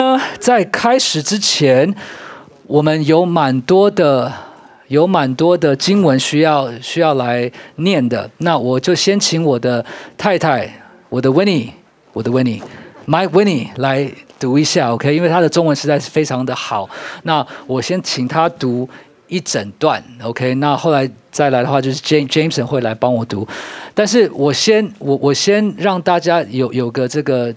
在开始之前，我们有蛮多的经文需要来念的。那我就先请我的太太，我的 Winnie，My Winnie 来读一下 ，OK？ 因为她的中文实在是非常的好。那我先请她读一整段 ，OK？ 那后来再来的话，就是 Jameson 会来帮我读。但是我先让大家有个这个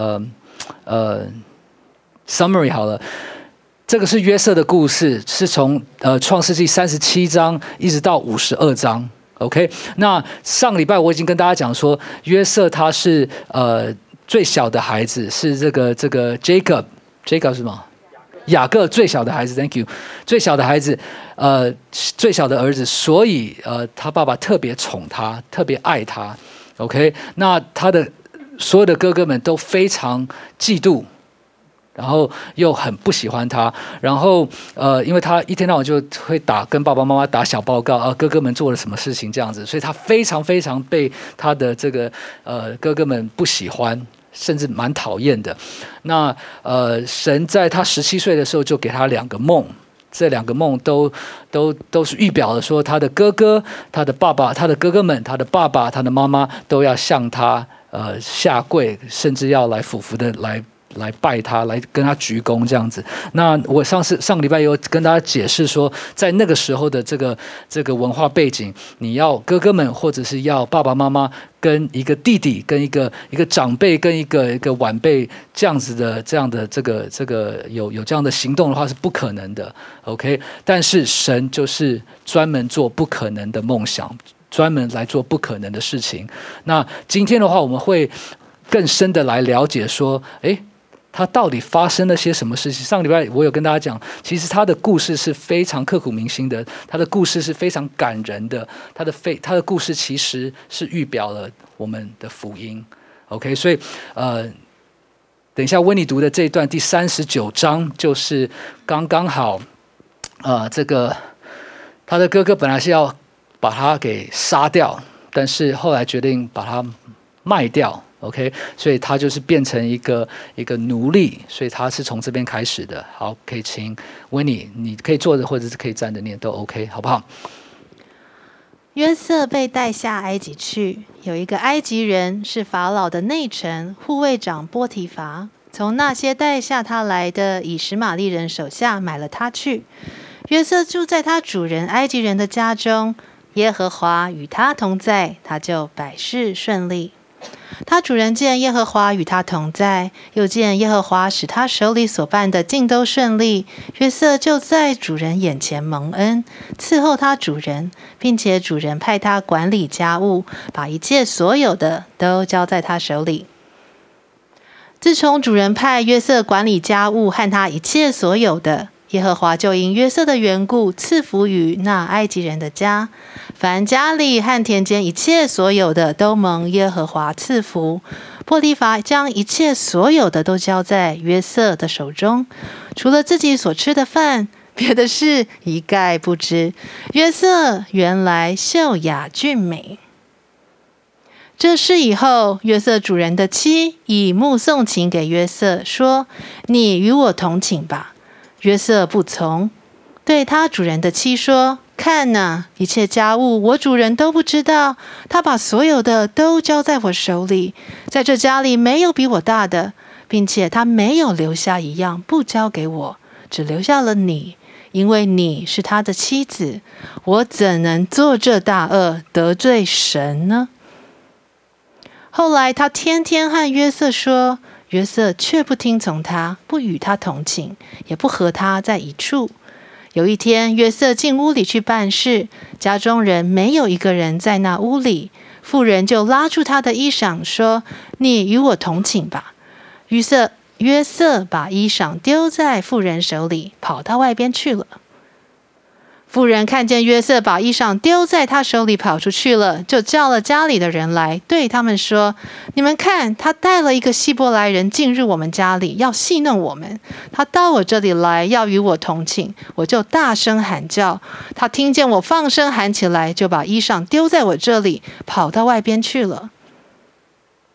summary 好了。这个是约瑟的故事，是从创世纪37章一直到52章 ，OK？ 那上个礼拜我已经跟大家讲说，约瑟他是最小的孩子，是这个 Jacob 是什么？雅各最小的孩子 ，Thank you， 最小的孩子，最小的儿子，所以他爸爸特别宠他，特别爱他 ，OK？ 那他的所有的哥哥们都非常嫉妒。然后又很不喜欢他，然后因为他一天到晚就会跟爸爸妈妈打小报告，哥哥们做了什么事情这样子，所以他非常非常被他的这个哥哥们不喜欢，甚至蛮讨厌的。那神在他17岁的时候就给他2个梦，这2个梦都是预表了说他的哥哥、他的爸爸、他的哥哥们、他的爸爸、他的妈妈都要向他下跪，甚至要来俯伏的来拜他，来跟他鞠躬这样子。那我上个礼拜有跟大家解释说，在那个时候的这个文化背景，你要哥哥们或者是要爸爸妈妈跟一个弟弟、跟一个长辈、跟一个晚辈这样的这个有这样的行动的话是不可能的 ，OK？ 但是神就是专门做不可能的梦想，专门来做不可能的事情。那今天的话，我们会更深的来了解说，他到底发生了些什么事情？上礼拜我有跟大家讲，其实他的故事是非常刻骨铭心的，他的故事是非常感人的，他的故事其实是预表了我们的福音。OK， 所以等一下温妮读的这一段第39章，就是刚刚好，这个他的哥哥本来是要把他给杀掉，但是后来决定把他卖掉。OK， 所以他就是变成一个奴隶，所以他是从这边开始的。好，可以请维尼，你可以坐着或者是可以站着念都 OK， 好不好？ 约瑟被带下埃及去，有一个埃及人是法老的内臣护卫长波提乏，从那些带下他来的以实玛利人手下买了他去。约瑟住在他主人埃及人的家中，耶和华与他同在，他就百事顺利。他主人见耶和华与他同在，又见耶和华使他手里所办的尽都顺利，约瑟就在主人眼前蒙恩，伺候他主人，并且主人派他管理家务，把一切所有的都交在他手里。自从主人派约瑟管理家务和他一切所有的，耶和华就因约瑟的缘故赐福于那埃及人的家，凡家里和田间一切所有的都蒙耶和华赐福。波提乏将一切所有的都交在约瑟的手中，除了自己所吃的饭，别的事一概不知。约瑟原来秀雅俊美。这事以后，约瑟主人的妻以目送情给约瑟，说：“你与我同寝吧。”约瑟不从，对他主人的妻说：“看哪，一切家务我主人都不知道，他把所有的都交在我手里，在这家里没有比我大的，并且他没有留下一样不交给我，只留下了你，因为你是他的妻子，我怎能做这大恶得罪神呢？”后来他天天和约瑟说，约瑟却不听从他，不与他同寝，也不和他在一处。有一天，约瑟进屋里去办事，家中人没有一个人在那屋里，妇人就拉住他的衣裳说：“你与我同寝吧。”约瑟把衣裳丢在妇人手里，跑到外边去了。妇人看见约瑟把衣裳丢在他手里跑出去了，就叫了家里的人来，对他们说：“你们看，他带了一个希伯来人进入我们家里，要戏弄我们。他到我这里来，要与我同寝，我就大声喊叫。他听见我放声喊起来，就把衣裳丢在我这里，跑到外边去了。”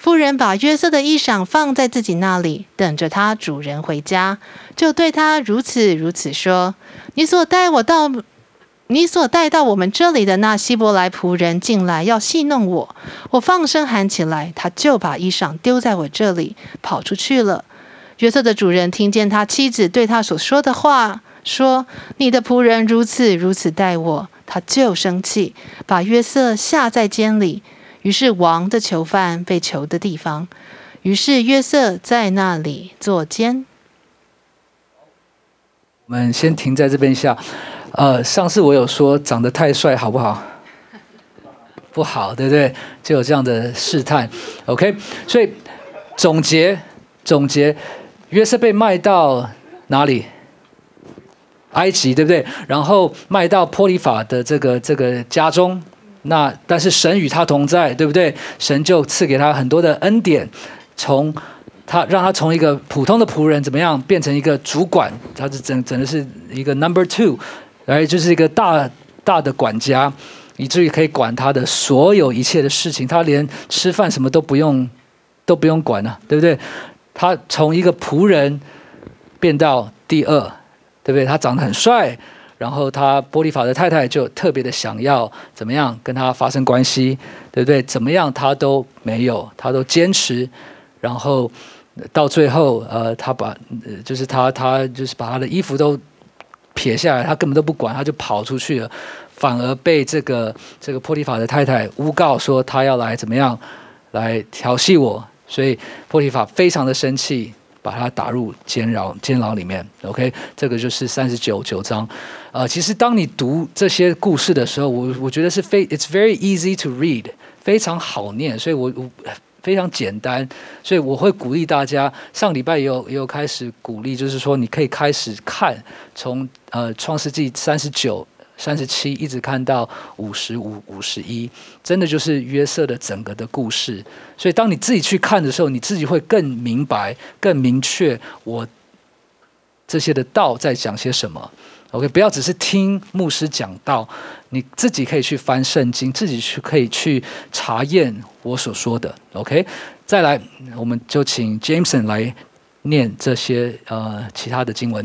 妇人把约瑟的衣裳放在自己那里，等着他主人回家，就对他如此说：你所带到我们这里的那希伯来仆人进来要戏弄我，我放声喊起来，他就把衣裳丢在我这里，跑出去了。约瑟的主人听见他妻子对他所说的话，说：你的仆人如此待我，他就生气，把约瑟下在监里。于是王的囚犯被囚的地方，于是约瑟在那里坐监。 我们先停在这边一下。上次我有说长得太帅好不好？不好，对不对？就有这样的试探。OK， 所以总结，约瑟被卖到哪里？埃及，对不对？然后卖到波提法的这个家中。那但是神与他同在，对不对？神就赐给他很多的恩典，让他从一个普通的仆人怎么样变成一个主管，他是整的是一个 number 2，就是一个大的管家，以至于可以管他的所有一切的事情，他连吃饭什么都不用管了，对不对？他从一个仆人变到第2，对不对？他长得很帅。然后波提法的太太就特别的想要怎么样跟他发生关系，对不对？怎么样他都没有，他都坚持，然后到最后他把他的衣服都撇下来，他根本都不管，他就跑出去了，反而被这个波提法的太太诬告说他要来怎么样来调戏我，所以波提法非常的生气，把他打入监牢里面。OK， 这个就是39章。其实当你读这些故事的时候，我觉得是it's very easy to read， 非常好念，所以我非常简单，所以我会鼓励大家。上礼拜也有开始鼓励，就是说你可以开始看，从创世纪39、37一直看到55、51，真的就是约瑟的整个的故事。所以当你自己去看的时候，你自己会更明白、更明确我这些的道在讲些什么。OK， 不要只是听牧师讲道，你自己可以去翻圣经，自己可以去查验我所说的。OK， 再来，我们就请 Jameson 来念这些其他的经文。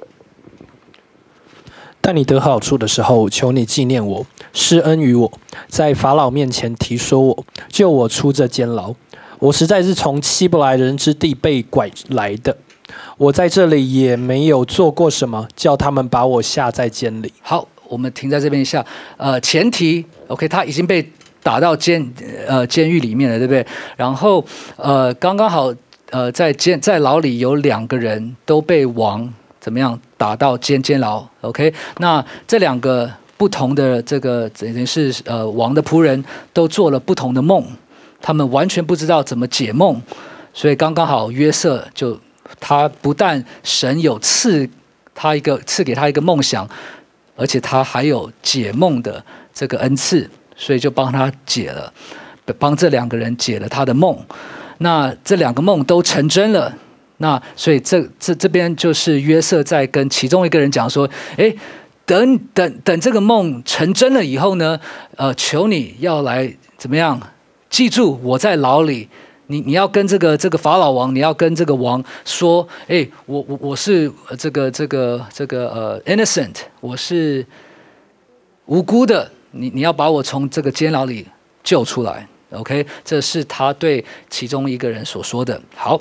但你得好处的时候，求你纪念我，施恩于我，在法老面前提说我，救我出这监牢。我实在是从希伯来人之地被拐来的。我在这里也没有做过什么，叫他们把我下在监里。 好，我们停在这边一下。前提 ，OK， 他已经被打到监狱里面了，对不对？然后刚刚好在牢里有2个人都被王怎么样打到监牢 ，OK？ 那这2个不同的这个等于是王的仆人都做了不同的梦，他们完全不知道怎么解梦，所以刚刚好约瑟就。他不但神有赐给他一个梦想，而且他还有解梦的这个恩赐，所以就帮他帮这2个人解了他的梦。那这2个梦都成真了。那所以这边就是约瑟在跟其中一个人讲说：“哎，等这个梦成真了以后呢，求你要来怎么样？记住我在牢里。”你要跟这个法老王，你要跟这个王说，哎，我是这个innocent， 我是无辜的，你要把我从这个监牢里救出来 ，OK？ 这是他对其中一个人所说的。好，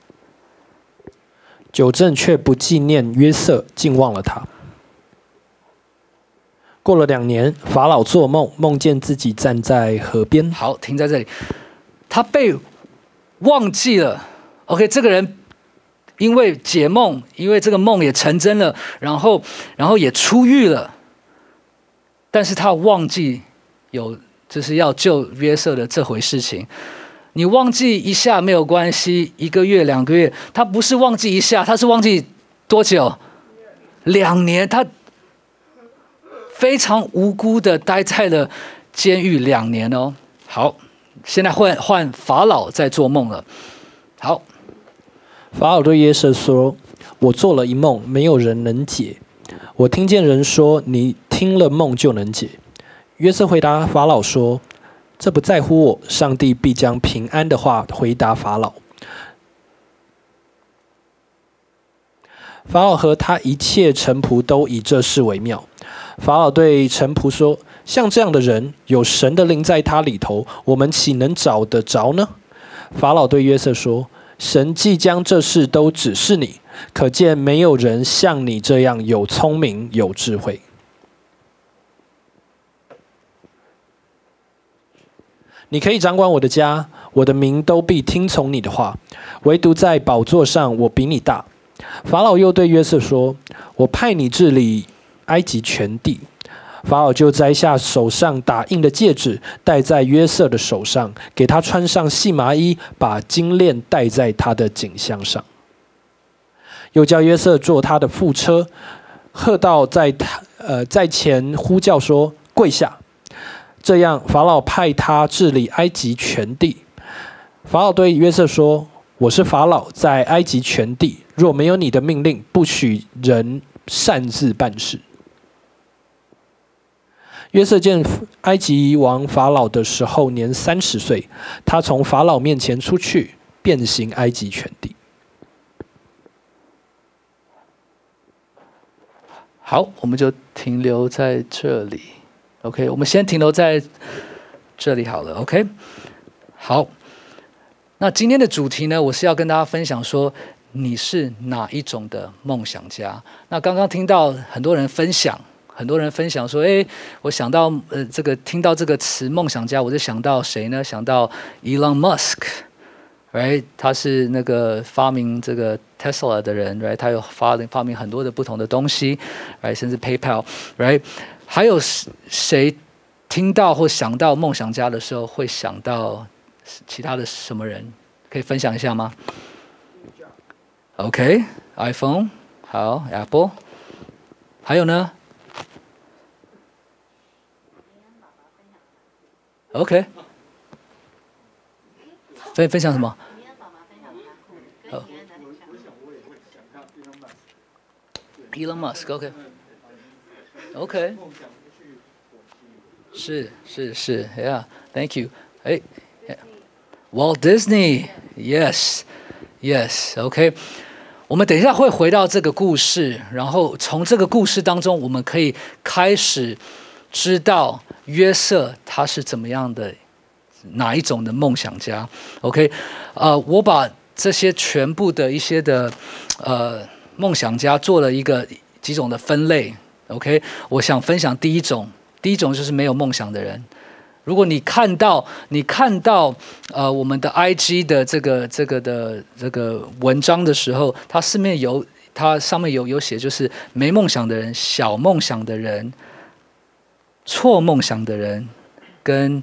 九正却不纪念约瑟，竟忘了他。过了2年，法老做梦，梦见自己站在河边。 好，停在这里，他被忘记了 ，OK， 这个人因为解梦，因为这个梦也成真了，然后也出狱了，但是他忘记就是要救约瑟的这回事情。你忘记一下没有关系，1个月、2个月，他不是忘记一下，他是忘记多久？2年，他非常无辜的待在了监狱2年哦。好。现在换法老在做梦了。好， 法老对约瑟说：“我做了一梦，没有人能解。我听见人说，你听了梦就能解。”约瑟回答法老说：“ 这不在乎我，上帝必将平安的话回答法老。法老和他一切臣仆都以这事为妙。法老对臣仆说：像这样的人，有神的灵在他里头，我们岂能找得着呢？法老对约瑟说：神既将这事都指示你，可见没有人像你这样有聪明有智慧。你可以掌管我的家，我的民都必听从你的话，唯独在宝座上我比你大。法老又对约瑟说：我派你治理埃及全地。法老就摘下手上打印的戒指，戴在约瑟的手上，给他穿上细麻衣，把金链戴在他的颈项上。又叫约瑟坐他的副车，喝道在前呼叫说：跪下！这样，法老派他治理埃及全地。法老对约瑟说：我是法老，在埃及全地，若没有你的命令，不许人擅自办事。约瑟见埃及王法老的时候年30岁，他从法老面前出去，遍行埃及全地。 好，我们就停留在这里。OK， 我们先停留在这里好了。OK， 好。那今天的主题呢，我是要跟大家分享说，你是哪一种的梦想家？那刚刚听到很多人分享说，我想到听到这个词梦想家，我就想到谁呢？想到 Elon Musk。Right， 他是那个发明这个 Tesla 的人 ，Right， 他有发明很多的不同的东西 ，Right， 甚至 PayPal，Right， 还有谁听到或想到梦想家的时候会想到其他的什么人？可以分享一下吗 ？OK，iPhone， 好 ，Apple， 还有呢 ？OK， 分享什么？Elon Musk，OK， 是 ，Yeah，Thank you，Walt Disney，Yes，OK，我们等一下会回到这个故事，然后从这个故事当中，我们可以开始知道约瑟他是怎么样的，哪一种的梦想家 ？OK， 我把这些全部的一些的梦想家做了几种的分类 ，OK， 我想分享第一种就是没有梦想的人。如果你看到我们的 IG 的这个文章的时候，它上面有写，就是没梦想的人、小梦想的人、错梦想的人，跟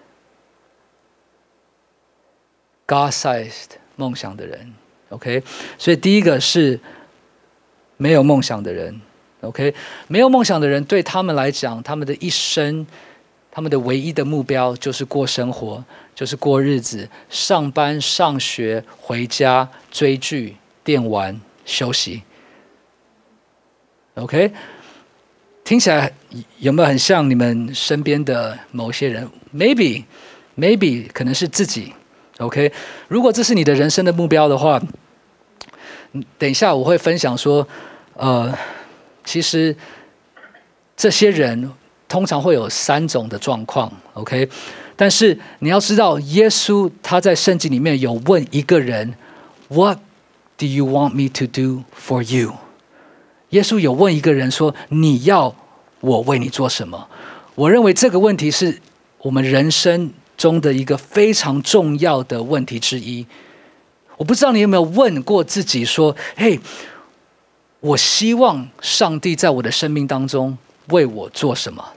God-sized 梦想的人 ，OK， 所以第一个是没有梦想的人 ，OK， 没有梦想的人对他们来讲，他们的一生，他们的唯一的目标就是过生活，就是过日子，上班、上学、回家、追剧、电玩、休息。OK， 听起来有没有很像你们身边的某些人 ？Maybe 可能是自己。OK， 如果这是你的人生的目标的话，等一下我会分享说，其实这些人通常会有3种的状况 ，OK， 但是你要知道，耶稣他在圣经里面有问一个人 ，What do you want me to do for you？ 耶稣有问一个人说，你要我为你做什么？我认为这个问题是我们人生中的一个非常重要的问题之一。我不知道你有没有问过自己说，嘿，我希望上帝在我的生命当中为我做什么？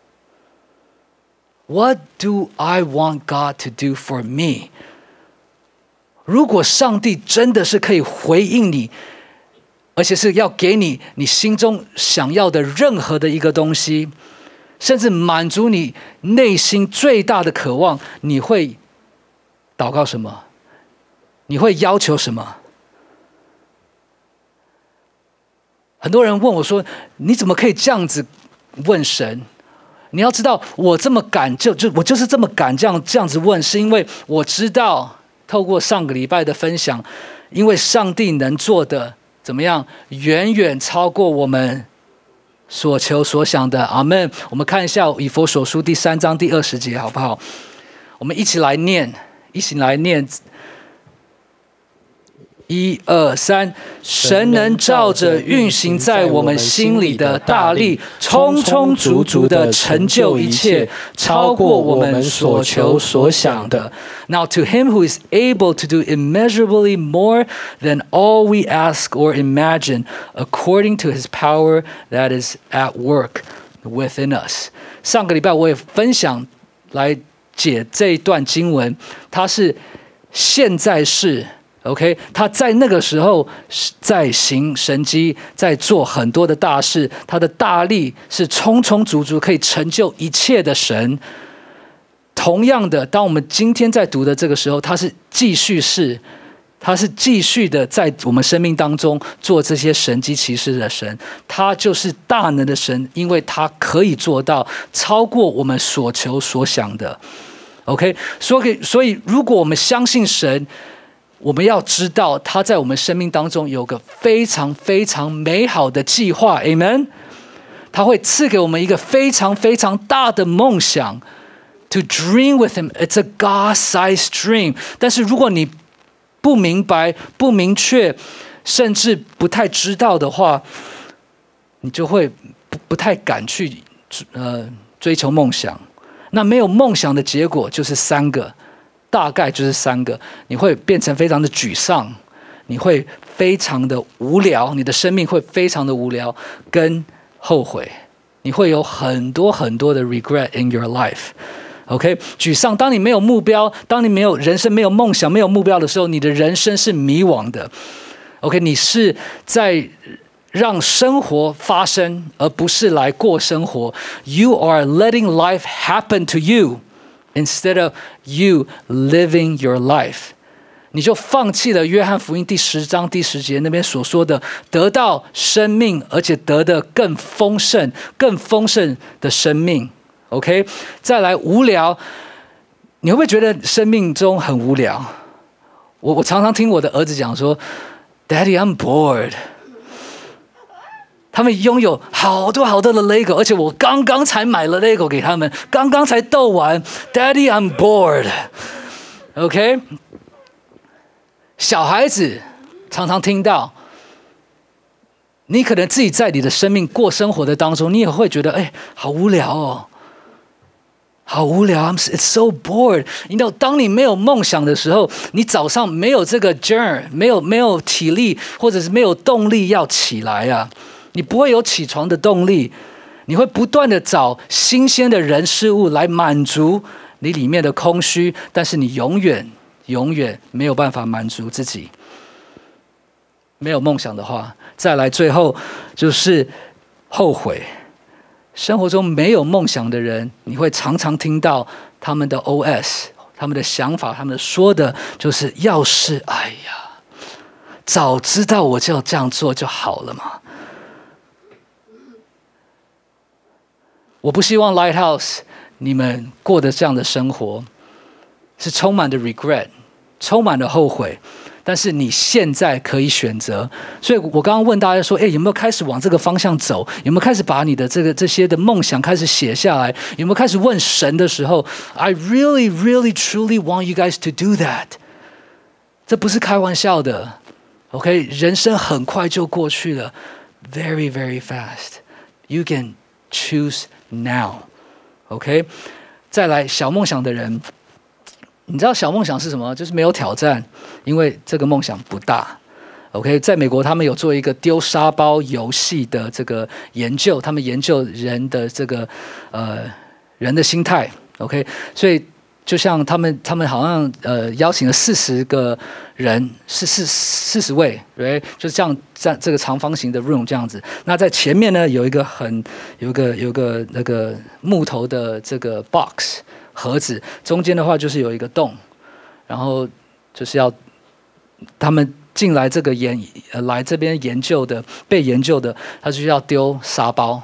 What do I want God to do for me？ 如果上帝真的是可以回应你，而且是要给你心中想要的任何的一个东西，甚至满足你内心最大的渴望，你会祷告什么？你会要求什么？很多人问我说：“你怎么可以这样子问神？ 你要知道，我这么敢，我就是这么敢这样子问，是因为我知道，透过上个礼拜的分享，因为上帝能做的怎么样，远远超过我们所求所想的。阿们。我们看一下以弗所书第3章第20节，好不好？我们一起来念1、2、3，神能照着运行在我们心里的大力，充充足足的成就一切，超过我们所求所想的。Now to him who is able to do immeasurably more than all we ask or imagine, according to his power that is at work within us. 上个礼拜我也分享来解这一段经文，它是现在式。OK， 他在那个时候在行神迹，在做很多的大事，他的大力是充充足足可以成就一切的神。同样的，当我们今天在读的这个时候，他是继续的在我们生命当中做这些神迹奇事的神，他就是大能的神，因为他可以做到超过我们所求所想的。OK， 所以如果我们相信神，我们要知道他在我们生命当中有个非常非常美好的计划 Amen， 他会赐给我们一个非常非常大的梦想 To dream with him, it's a God-sized dream。 但是如果你不明白不明确甚至不太知道的话，你就会不太敢去追求梦想。那没有梦想的结果就是3个，大概就是3个，你会变成非常的沮丧，你会非常的无聊，你的生命会非常的无聊跟后悔，你会有很多很多的 regret in your life。OK， 沮丧，当你没有目标，当你没有人生没有梦想没有目标的时候，你的人生是迷惘的。OK， 你是在让生活发生，而不是来过生活。You are letting life happen to you。Instead of you living your life， 你就放弃了约翰福音第10章第10节那边所说的得到生命，而且得的更丰盛的生命。OK， 再来无聊，你会不会觉得生命中很无聊？我常常听我的儿子讲说 ，Daddy, I'm bored。他们拥有好多好多的 Lego， 而且我刚刚才买了 Lego 给他们，刚刚才斗完。Daddy, I'm bored. OK， 小孩子常常听到，你可能自己在你的生命过生活的当中，你也会觉得，好无聊哦，好无聊 ，It's so bored。你知道，当你没有梦想的时候，你早上没有这个劲儿，没有体力，或者是没有动力要起来啊。你不会有起床的动力，你会不断的找新鲜的人事物来满足你里面的空虚，但是你永远没有办法满足自己。没有梦想的话，再来最后就是后悔。生活中没有梦想的人，你会常常听到他们的 OS， 他们的想法，他们说的就是要是早知道我就这样做就好了嘛。我不希望 Lighthouse 你们过的这样的生活是充满的 regret， 充满了后悔，但是你现在可以选择。所以我刚刚问大家说，有没有开始往这个方向走？有没有开始把你的这些的梦想开始写下来？有没有开始问神的时候 I really, really, truly want you guys to do that。 这不是开玩笑的 OK， 人生很快就过去了 Very, very fast。 You can choose now。 OK， 再来小梦想的人，你知道小梦想是什么？就是没有挑战，因为这个梦想不大。OK， 在美国他们有做一个丢沙包游戏的这个研究，他们研究人的这个人的心态。OK， 所以就像他们好像邀请了40个人，40位，对，就这样在这个长方形的 room 这样子。那在前面呢有一个那个木头的这个 box 盒子，中间的话就是有一个洞，然后就是要他们进来这个来这边研究的被研究的，他就是要丢沙包。 ，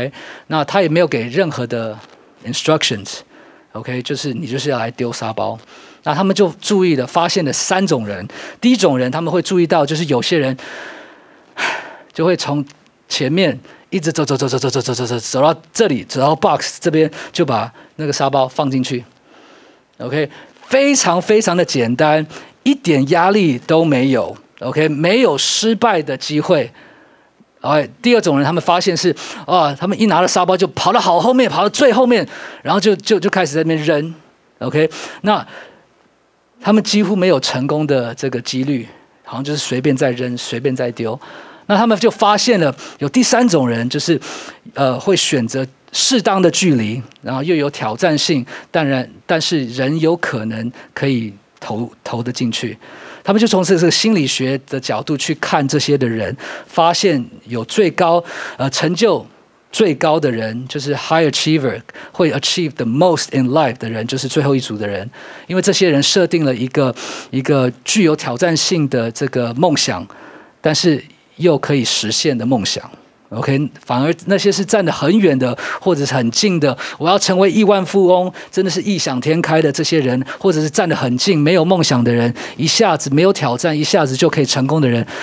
那他也没有给任何的 instructions，OK，就是你就是要来丢沙包。那他们就注意了，发现了3种人。第一种人，他们会注意到，就是有些人就会从前面一直走到这里，走到 box 这边，就把那个沙包放进去。OK， 非常非常的简单，一点压力都没有。OK， 没有失败的机会。第二种人，他们发现是他们一拿了沙包就跑到好后面，跑到最后面，然后就开始在那边扔。OK， 那他们几乎没有成功的这个几率，好像就是随便再扔，随便再丢。那他们就发现了有第3种人，就是会选择适当的距离，然后又有挑战性，但是人有可能可以投得进去。他们就从这个心理学的角度去看这些的人，发现有最高成就最高的人，就是 high achiever， 会 achieve the most in life 的人，就是最后一组的人。因为这些人设定了一个具有挑战性的这个梦想，但是又可以实现的梦想。OK， 反而那些是站得很远的，或者是很近的，我要成为亿万富翁，真的是异想天开的这些人，或者是站得很近没有梦想的人，一下子没有挑战，一下子就可以成功的人，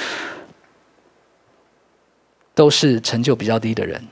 都是成就比较低的人。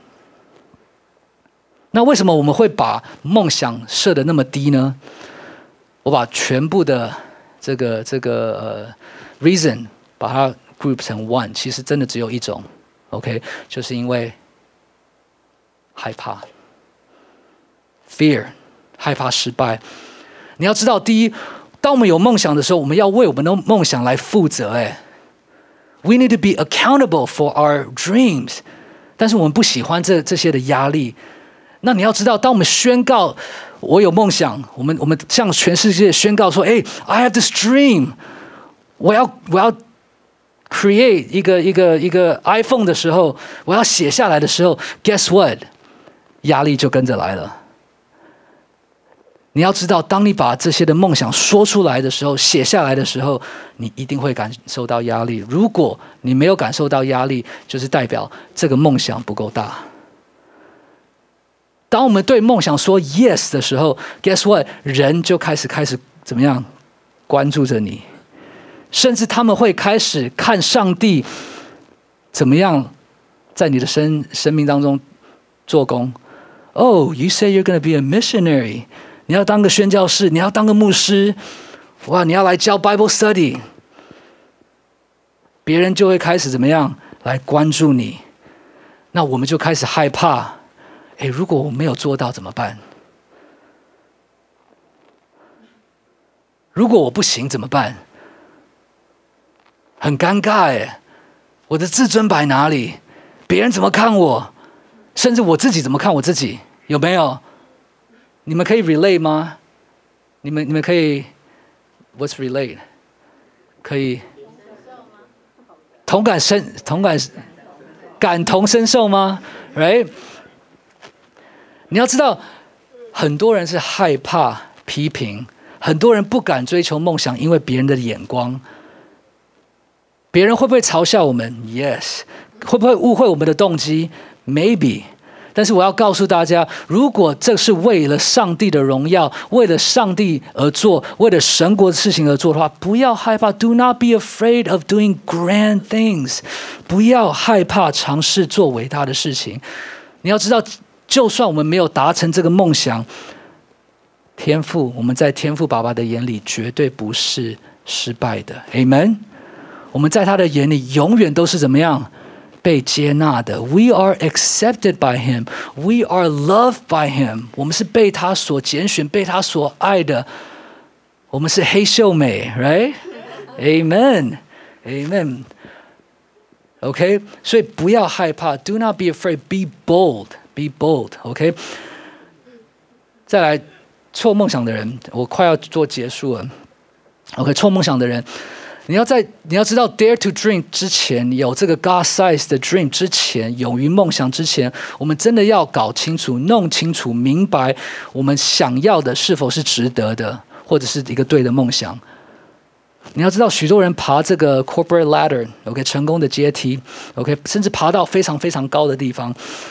那为什么我们会把梦想设得那么低呢？我把全部的这个reason 把它 group 成 one， 其实真的只有一种。OK， 就是因为害怕 ，fear， 害怕失败。你要知道，第一，当我们有梦想的时候，我们要为我们的梦想来负责。We need to be accountable for our dreams。但是我们不喜欢这些的压力。那你要知道，当我们宣告我有梦想，我们向全世界宣告说：“I have this dream， 我要。” create 一个 iPhone 的时候，我要写下来的时候 ，guess what？ 压力就跟着来了。你要知道，当你把这些的梦想说出来的时候，写下来的时候，你一定会感受到压力。如果你没有感受到压力，就是代表这个梦想不够大。当我们对梦想说 yes 的时候 ，guess what？ 人就开始怎么样关注着你。甚至他们会开始看上帝怎么样在你的生命当中做工。you say you're going to be a missionary， 你要当个宣教士，你要当个牧师，哇，你要来教 Bible study， 别人就会开始怎么样来关注你。那我们就开始害怕，如果我没有做到怎么办？如果我不行怎么办？很尴尬我的自尊摆哪里？别人怎么看我？甚至我自己怎么看我自己？有没有？你们可以 relate 吗？你们可以 What's relate？ 可以感同身受吗 ？Right？ 你要知道，很多人是害怕批评，很多人不敢追求梦想，因为别人的眼光。别人会不会嘲笑我们 ？Yes， 会不会误会我们的动机 ？Maybe。但是我要告诉大家，如果这是为了上帝的荣耀，为了上帝而做，为了神国的事情而做的话，不要害怕。Do not be afraid of doing grand things。不要害怕尝试做伟大的事情。你要知道，就算我们没有达成这个梦想，天父，我们在天父爸爸的眼里绝对不是失败的。Amen。我们在他的眼里永远都是怎么样被接纳的。We are accepted by him. We are loved by him. 我们是被他所拣选，被他所爱的。我们是黑秀美 ，right? Amen. Amen. OK， 所以不要害怕 ，Do not be afraid. Be bold. Be bold. OK。再来，错梦想的人，我快要做结束了。OK， 错梦想的人。你要知道 ，dare to dream 之前，有这个 God size 的 dream 之前，勇于梦想之前，我们真的要搞清楚、弄清楚、明白，我们想要的是否是值得的，或者是一个对的梦想。你要知道，许多人爬这个 corporate ladder，OK， 成功的阶梯 ，OK， 甚至爬到非常非常高的地方，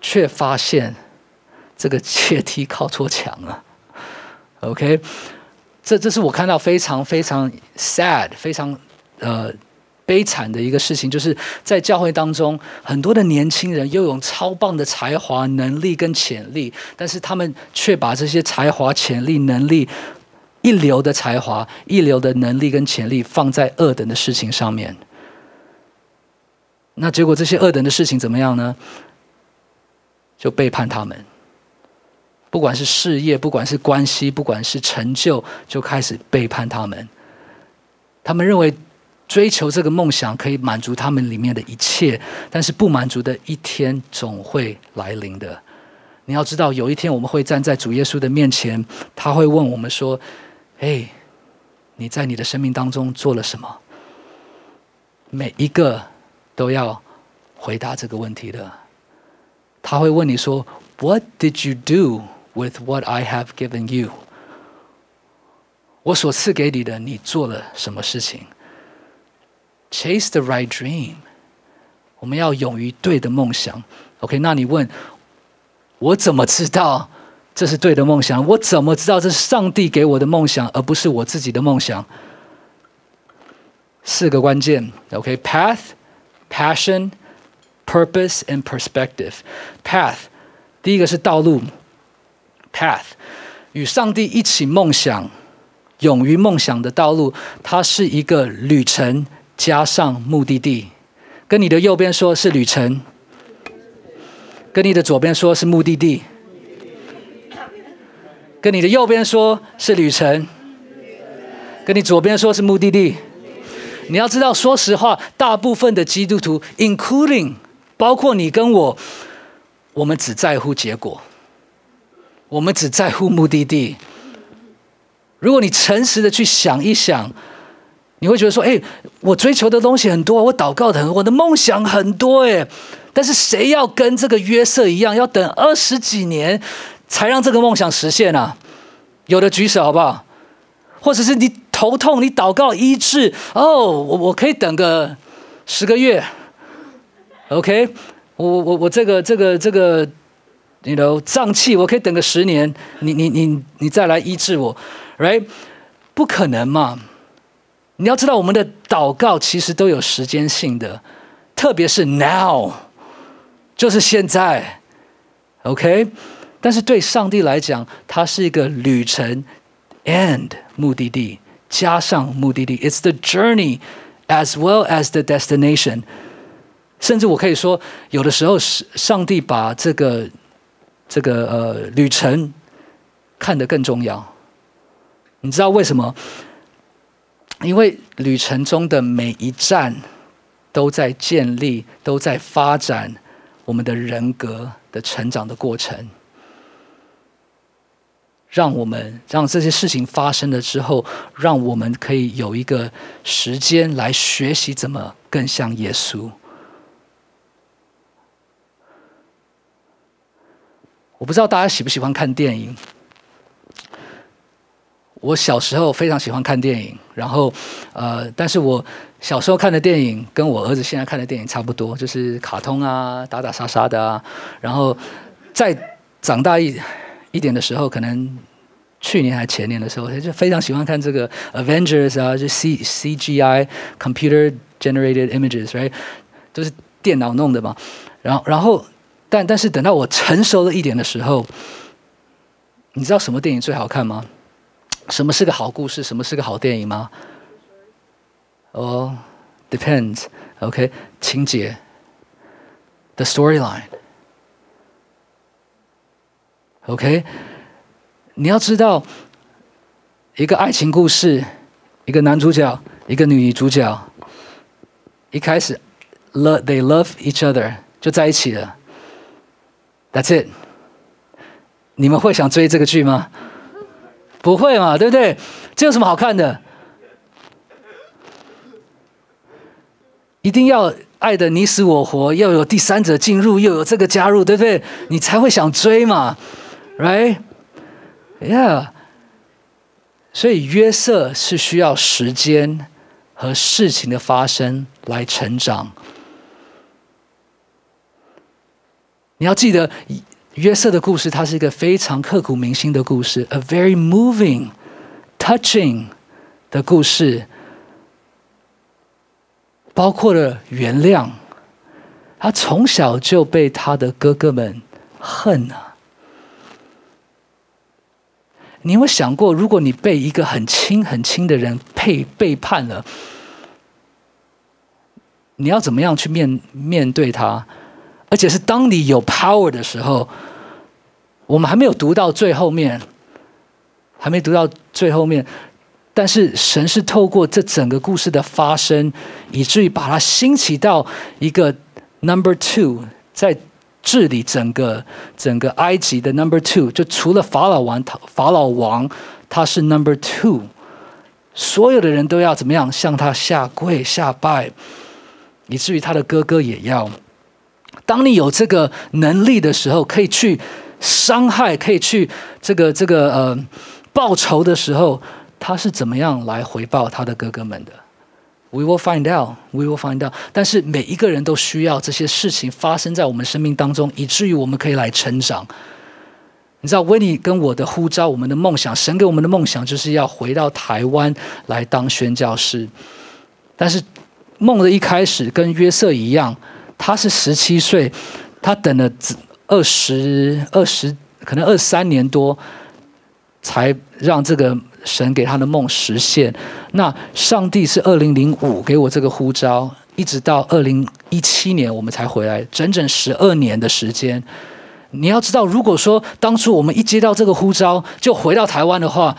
却发现这个阶梯靠错墙了。OK， 这是我看到非常非常 sad、非常悲惨的一个事情，就是在教会当中，很多的年轻人拥有超棒的才华、能力跟潜力，但是他们却把这些才华、潜力、能力、一流的才华、一流的能力跟潜力放在二等的事情上面。那结果这些二等的事情怎么样呢？就背叛他们。不管是事业，不管是关系，不管是成就，就开始背叛他们。他们认为追求这个梦想可以满足他们里面的一切，但是不满足的一天总会来临的。你要知道，有一天我们会站在主耶稣的面前，他会问我们说：“嘿，你在你的生命当中做了什么？”每一个都要回答这个问题的。他会问你说 ：“What did you do with what I have given you？” 我所赐给你的，你做了什么事情？ Chase the right dream。 我们要勇于对的梦想。OK， 那你问我怎么知道这是对的梦想？我怎么知道这是上帝给我的梦想，而不是我自己的梦想？4个关键 ，OK， path、passion、purpose and perspective。path， 第一个是道路 ，path， 与上帝一起梦想、勇于梦想的道路，它是一个旅程加上目的地。跟你的右边说是旅程，跟你的左边说是目的地，跟你的右边说是旅程，跟你左边说是目的地。你要知道，说实话，大部分的基督徒 ，including 包括你跟我，我们只在乎结果，我们只在乎目的地。如果你诚实的去想一想，你会觉得说：“我追求的东西很多，我祷告的很多，我的梦想很多，但是谁要跟这个约瑟一样，要等20几年才让这个梦想实现啊？”有的举手好不好？或者是你头痛，你祷告医治，我可以等个10个月 ，OK， 我这个胀气我可以等个10年，你再来医治我 ，right？ 不可能嘛！你要知道，我们的祷告其实都有时间性的，特别是 now， 就是现在 ，OK？ 但是对上帝来讲，它是一个旅程 and 目的地加上目的地 ，it's the journey as well as the destination。甚至我可以说，有的时候上帝把这个旅程看得更重要。你知道为什么？因为旅程中的每一站都在建立、都在发展我们的人格的成长的过程。让这些事情发生了之后，让我们可以有一个时间来学习怎么更像耶稣。我不知道大家喜不喜欢看电影。我小时候非常喜欢看电影，然后但是我小时候看的电影跟我儿子现在看的电影差不多，就是卡通啊、打打杀杀的啊。然后再长大一点的时候，可能去年还前年的时候，就非常喜欢看这个 Avengers 啊，就 CGI Computer Generated Images，right， 都是电脑弄的嘛。然后但是等到我成熟了一点的时候，你知道什么电影最好看吗？什么是个好故事？什么是个好电影吗？Depends。OK， 情节 ，the storyline。OK， 你要知道，一个爱情故事，一个男主角，一个女主角，一开始 they love each other 就在一起了。That's it。你们会想追这个剧吗？不会嘛，对不对？这有什么好看的？一定要爱得你死我活，要有第三者进入，又有这个加入，对不对？你才会想追嘛 ，right？ Yeah。所以约瑟是需要时间和事情的发生来成长。 你要记得，约瑟的故事，它是一个非常刻骨铭心的故事 ，a very moving, touching 的故事，包括了原谅。他从小就被他的哥哥们恨啊。你有没有想过，如果你被一个很亲很亲的人背叛了，你要怎么样去面对他？而且是当你有 power 的时候，我们还没有读到最后面，但是神是透过这整个故事的发生，以至于把它兴起到一个 number 2， 在治理整个埃及的 number 2， 就除了法老王他是 number 2， 所有的人都要怎么样向他下跪下拜，以至于他的哥哥也要。当你有这个能力的时候，可以去伤害，可以去报仇的时候，他是怎么样来回报他的哥哥们的？ We will find out, we will find out。 但是每一个人都需要这些事情发生在我们生命当中，以至于我们可以来成长。你知道威尼跟我的呼召，我们的梦想，神给我们的梦想就是要回到台湾来当宣教士。但是梦的一开始跟约瑟一样，他是17岁，他等了20可能23年多，才让这个神给他的梦实现。那上帝是2005给我这个呼召，一直到2017年我们才回来，整整12年的时间。你要知道，如果说当初我们一接到这个呼召就回到台湾的话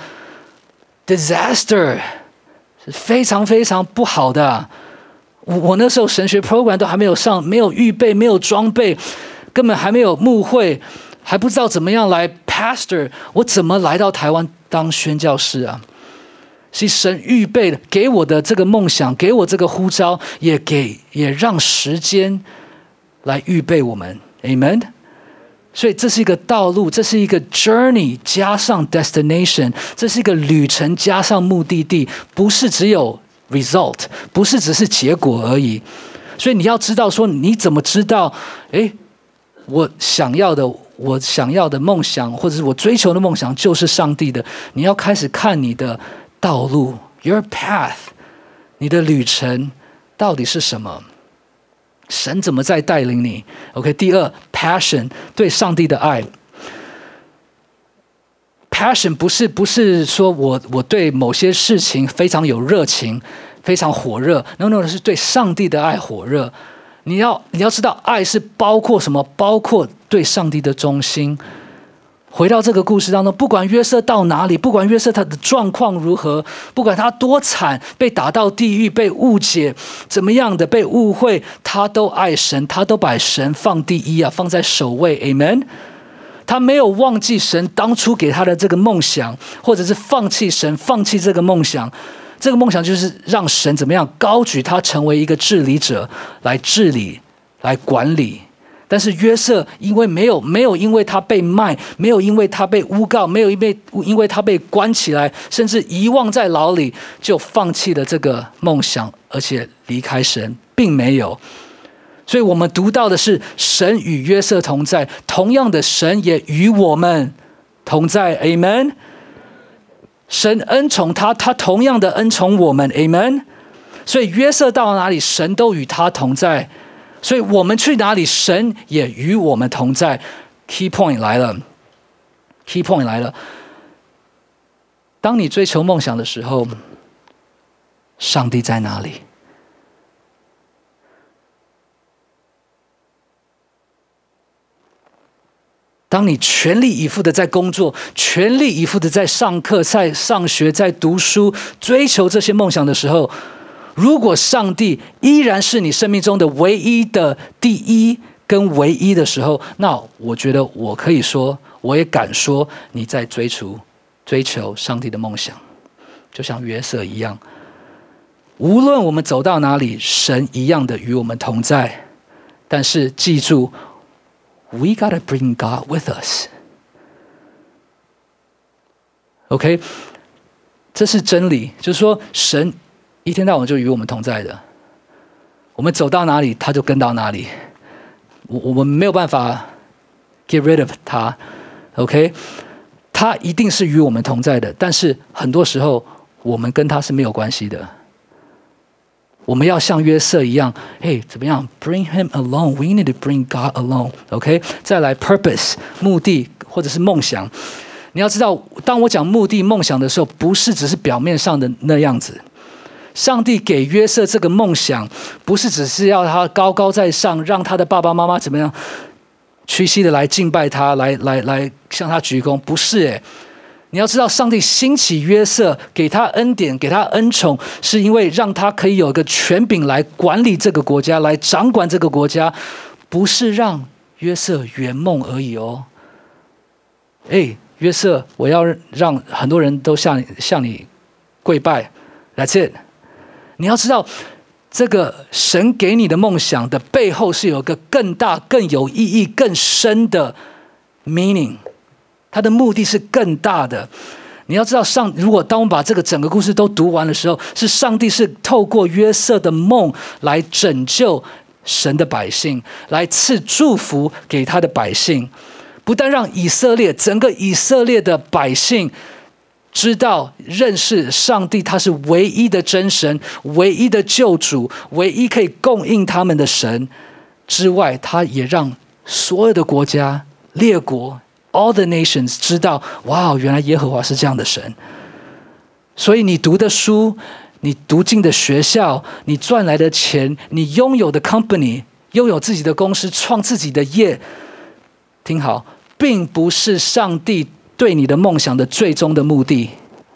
，disaster 是非常非常不好的。我那时候神学 program 都还没有上，没有预备，没有装备，根本还没有牧会，还不知道怎么样来 pastor， 我怎么来到台湾当宣教士啊？是神预备的，给我的这个梦想，给我这个呼召，也让时间来预备我们 ，Amen。所以这是一个道路，这是一个 journey 加上 destination， 这是一个旅程加上目的地，不是只有 result， 不是只是结果而已。所以你要知道说，你怎么知道？我想要的梦想，或者是我追求的梦想，就是上帝的。你要开始看你的道路 ，your path， 你的旅程到底是什么？神怎么在带领你 ？OK， 第二 ，passion 对上帝的爱。passion 不是说我对某些事情非常有热情，非常火热。No， 是对上帝的爱火热。你要知道，爱是包括什么？包括对上帝的忠心。回到这个故事当中，不管约瑟到哪里，不管约瑟他的状况如何，不管他多惨，被打到地狱，被误解，怎么样的被误会，他都爱神，他都把神放第一啊，放在首位 ，Amen。他没有忘记神当初给他的这个梦想，或者是放弃神，放弃这个梦想。这个梦想就是让神怎么样高举他成为一个治理者，来治理，来管理。但是约瑟没有因为他被卖，没有因为他被诬告，没有因为他被关起来，甚至遗忘在牢里，就放弃了这个梦想，而且离开神，并没有。所以我们读到的是神与约瑟同在，同样的神也与我们同在 ，Amen。神恩宠他同样的恩宠我们 ，Amen。所以约瑟到哪里，神都与他同在。所以我们去哪里，神也与我们同在。Key point 来了 ，Key point 来了。当你追求梦想的时候，上帝在哪里？当你全力以赴的在工作，全力以赴的在上课、在上学、在读书、追求这些梦想的时候，如果上帝依然是你生命中的唯一的第一跟唯一的时候，那我觉得我可以说，我也敢说，你在追求上帝的梦想，就像约瑟一样。无论我们走到哪里，神一样的与我们同在。但是记住 ，We gotta bring God with us. OK， 这是真理，就是说神一天到晚就与我们同在的，我们走到哪里，他就跟到哪里。我们没有办法 get rid of 他 ，OK？ 他一定是与我们同在的，但是很多时候我们跟他是没有关系的。我们要像约瑟一样，嘿，怎么样 ？Bring him alone. We need to bring God alone. OK？ 再来 purpose 目的或者是梦想。你要知道，当我讲目的、梦想的时候，不是只是表面上的那样子。上帝给约瑟这个梦想，不是只是要他高高在上，让他的爸爸妈妈怎么样屈膝的来敬拜他，来向他鞠躬，不是诶。你要知道，上帝兴起约瑟，给他恩典，给他恩宠，是因为让他可以有一个权柄来管理这个国家，来掌管这个国家，不是让约瑟圆梦而已哦。哎，约瑟，我要让很多人都向你跪拜 ，That's it。你要知道，这个神给你的梦想的背后是有一个更大、更有意义、更深的 meaning。他的目的是更大的。你要知道，如果当我们把这个整个故事都读完的时候，是上帝是透过约瑟的梦来拯救神的百姓，来赐祝福给他的百姓，不但让整个以色列的百姓知道认识上帝，他是唯一的真神，唯一的救主，唯一可以供应他们的神之外，他也让所有的国家、列国All the nations 知道，哇，原来耶和华是这样的神。所以你读的书，你读进的学校，你赚来的钱，你拥有的 company， 拥有自己的公司，创自己的业，听好，并不是上帝对你的梦想的最终的目的。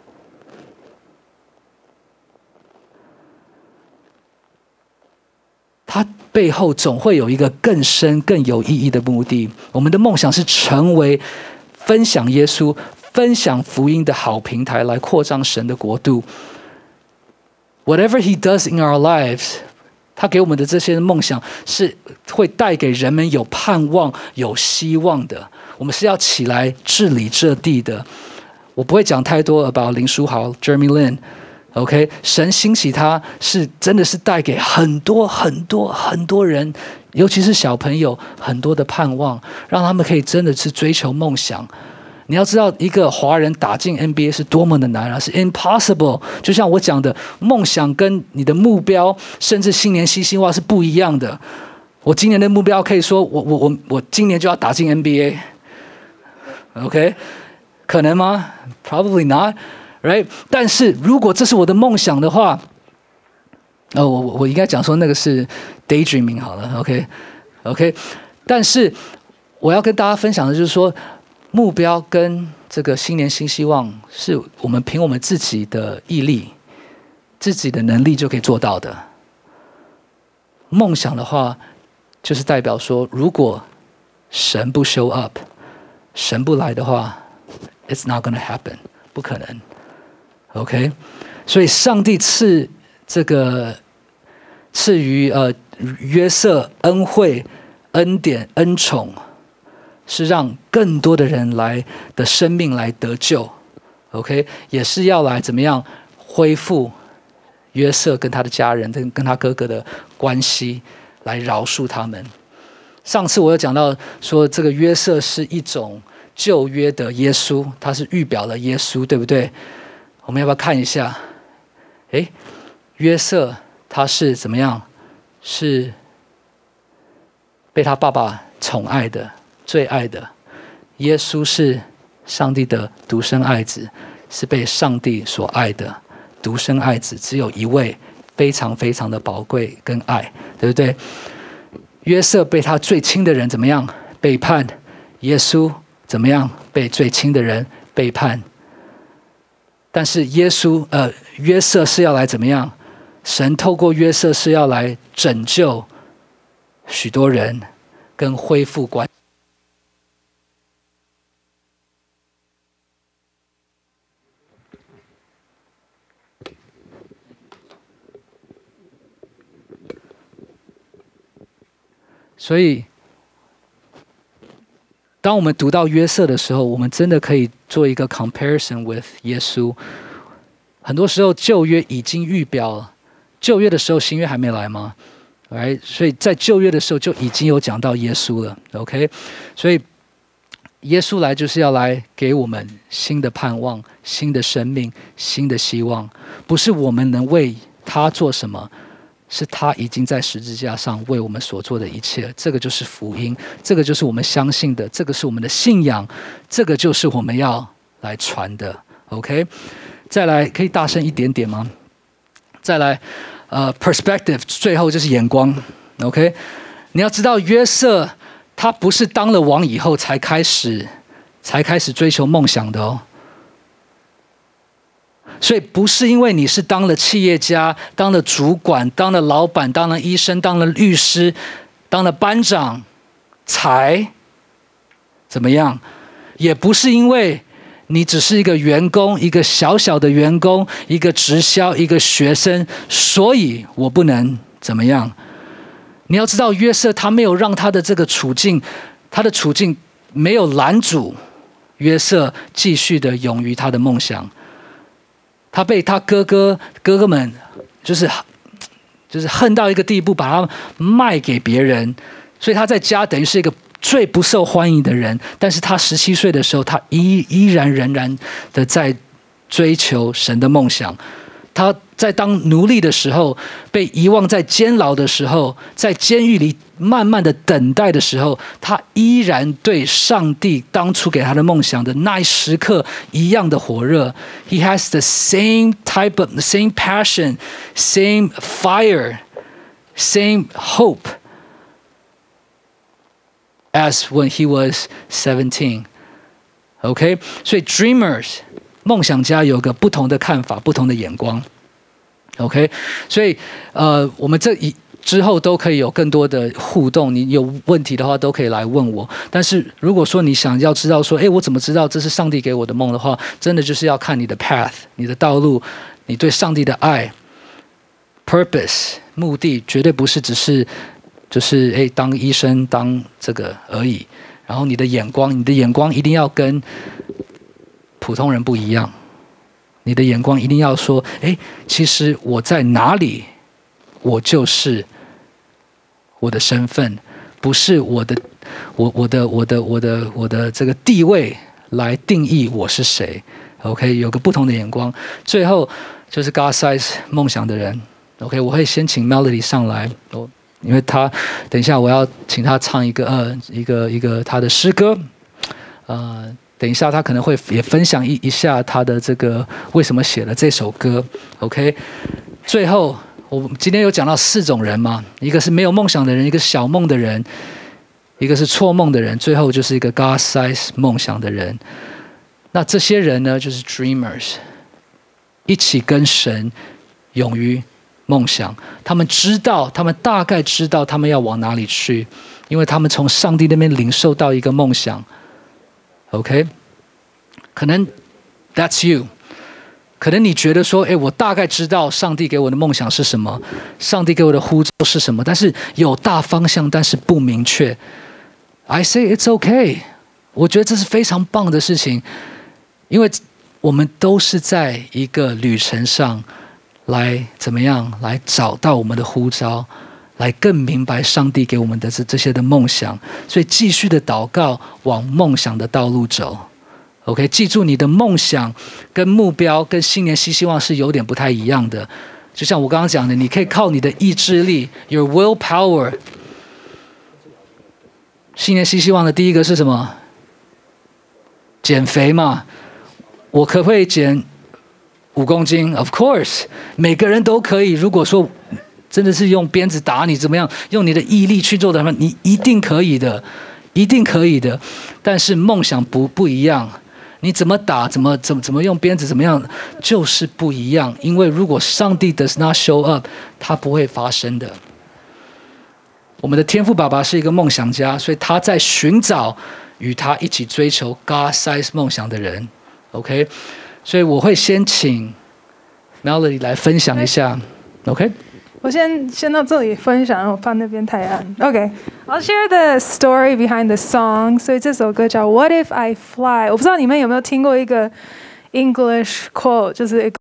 它背后总会有一个更深、更有意义的目的。我们的梦想是成为分享耶稣、分享福音的好平台，来扩张神的国度。Whatever He does in our lives， 他给我们的这些梦想是会带给人们有盼望、有希望的。我们是要起来治理这地的。我不会讲太多 about 林书豪 Jeremy Lin。OK， 神兴起他是真的是带给很多人，尤其是小朋友很多的盼望，让他们可以真的是追求梦想。你要知道，一个华人打进 NBA 是多么的难啊，是 impossible。就像我讲的，梦想跟你的目标，甚至新年新希望是不一样的。我今年的目标可以说，我今年就要打进 NBA。OK， 可能吗 ？Probably not。Right？ 但是如果这是我的梦想的话，我应该讲说那个是 daydreaming 好了 ，OK， 但是我要跟大家分享的就是说，目标跟这个新年新希望是我们凭我们自己的毅力、自己的能力就可以做到的。梦想的话，就是代表说，如果神不 show up， 神不来的话 ，it's not gonna happen， 不可能。OK， 所以上帝赐予约瑟恩惠、恩典、恩宠，是让更多的人的生命来得救。OK， 也是要来怎么样恢复约瑟跟他的家人、跟他哥哥的关系，来饶恕他们。上次我有讲到说，这个约瑟是一种旧约的耶稣，他是预表了耶稣，对不对？我们要不要看一下？约瑟他是怎么样？是被他爸爸宠爱的、最爱的。耶稣是上帝的独生爱子，是被上帝所爱的独生爱子，只有一位，非常非常的宝贵跟爱，对不对？约瑟被他最亲的人怎么样背叛？耶稣怎么样被最亲的人背叛？但是约瑟是要来怎么样？神透过约瑟是要来拯救许多人，跟恢复关系。所以，当我们读到约瑟的时候，我们真的可以做一个 comparison with 耶稣。很多时候旧约已经预表了，旧约的时候新约还没来吗？ Right？ 所以在旧约的时候就已经有讲到耶稣了。OK， 所以耶稣来就是要来给我们新的盼望、新的生命、新的希望，不是我们能为他做什么，是他已经在十字架上为我们所做的一切。这个就是福音，这个就是我们相信的，这个是我们的信仰，这个就是我们要来传的。OK， 再来可以大声一点点吗？再来，perspective， 最后就是眼光。OK， 你要知道约瑟他不是当了王以后才开始追求梦想的哦。所以不是因为你是当了企业家、当了主管、当了老板、当了医生、当了律师、当了班长才怎么样，也不是因为你只是一个员工，一个小小的员工，一个直销，一个学生，所以我不能怎么样。你要知道，约瑟他没有让他的这个处境，他的处境没有拦阻约瑟继续的勇于他的梦想。他被他哥哥们就是恨到一个地步，把他卖给别人，所以他在家等于是一个最不受欢迎的人。但是他17岁的时候，他依然仍然的在追求神的梦想。他在当奴隶的时候，被遗忘在监牢的时候，在监狱里慢慢的等待的时候，他依然对上帝当初给他的梦想的那一时刻一样的火热。He has the same type of, the same passion, same fire, same hope as when he was 17. OK， 所以 dreamers 梦想家有个不同的看法，不同的眼光。OK， 所以我们之后都可以有更多的互动，你有问题的话都可以来问我。但是如果说你想要知道说，我怎么知道这是上帝给我的梦的话，真的就是要看你的 path， 你的道路，你对上帝的爱 ，purpose 目的绝对不是只是就是当医生当这个而已。然后你的眼光一定要跟普通人不一样。你的眼光一定要说，其实我在哪里，我就是我的身份，不是我的这个地位来定义我是谁。OK， 有个不同的眼光。最后就是 God Size 梦想的人。OK， 我会先请 Melody 上来，因为他等一下我要请他唱一个他的诗歌，等一下他可能会也分享一下他的这个为什么写了这首歌。OK， 最后我们今天有讲到4种人嘛，一个是没有梦想的人，一个是小梦的人，一个是错梦的人，最后就是一个 God size 梦想的人。那这些人呢，就是 dreamers， 一起跟神勇于梦想。他们大概知道他们要往哪里去，因为他们从上帝那边领受到一个梦想。OK， 可能 that's you， 可能你觉得说，我大概知道上帝给我的梦想是什么，上帝给我的呼召是什么，但是有大方向，但是不明确。I say it's okay， 我觉得这是非常棒的事情，因为我们都是在一个旅程上来怎么样来找到我们的呼召。来更明白上帝给我们的这些的梦想，所以继续的祷告，往梦想的道路走。OK， 记住你的梦想跟目标跟新年新希望是有点不太一样的。就像我刚刚讲的，你可以靠你的意志力 ，your willpower。新年新希望的第一个是什么？减肥嘛。我可不可以减5公斤 ？Of course， 每个人都可以。如果说真的是用鞭子打你怎么样？用你的毅力去做的话，你一定可以的，一定可以的。但是梦想不一样，你怎么打，怎么用鞭子，怎么样，就是不一样。因为如果上帝 does not show up， 它不会发生的。我们的天父爸爸是一个梦想家，所以他在寻找与他一起追求 God size 梦想的人。OK， 所以我会先请 Melody 来分享一下。OK。 我先到这里分享，我怕那边太暗。Okay, I'll share the story behind the song. 所以这首歌叫 What If I Fly。我不知道你们有没有听过一个 English quote， 就是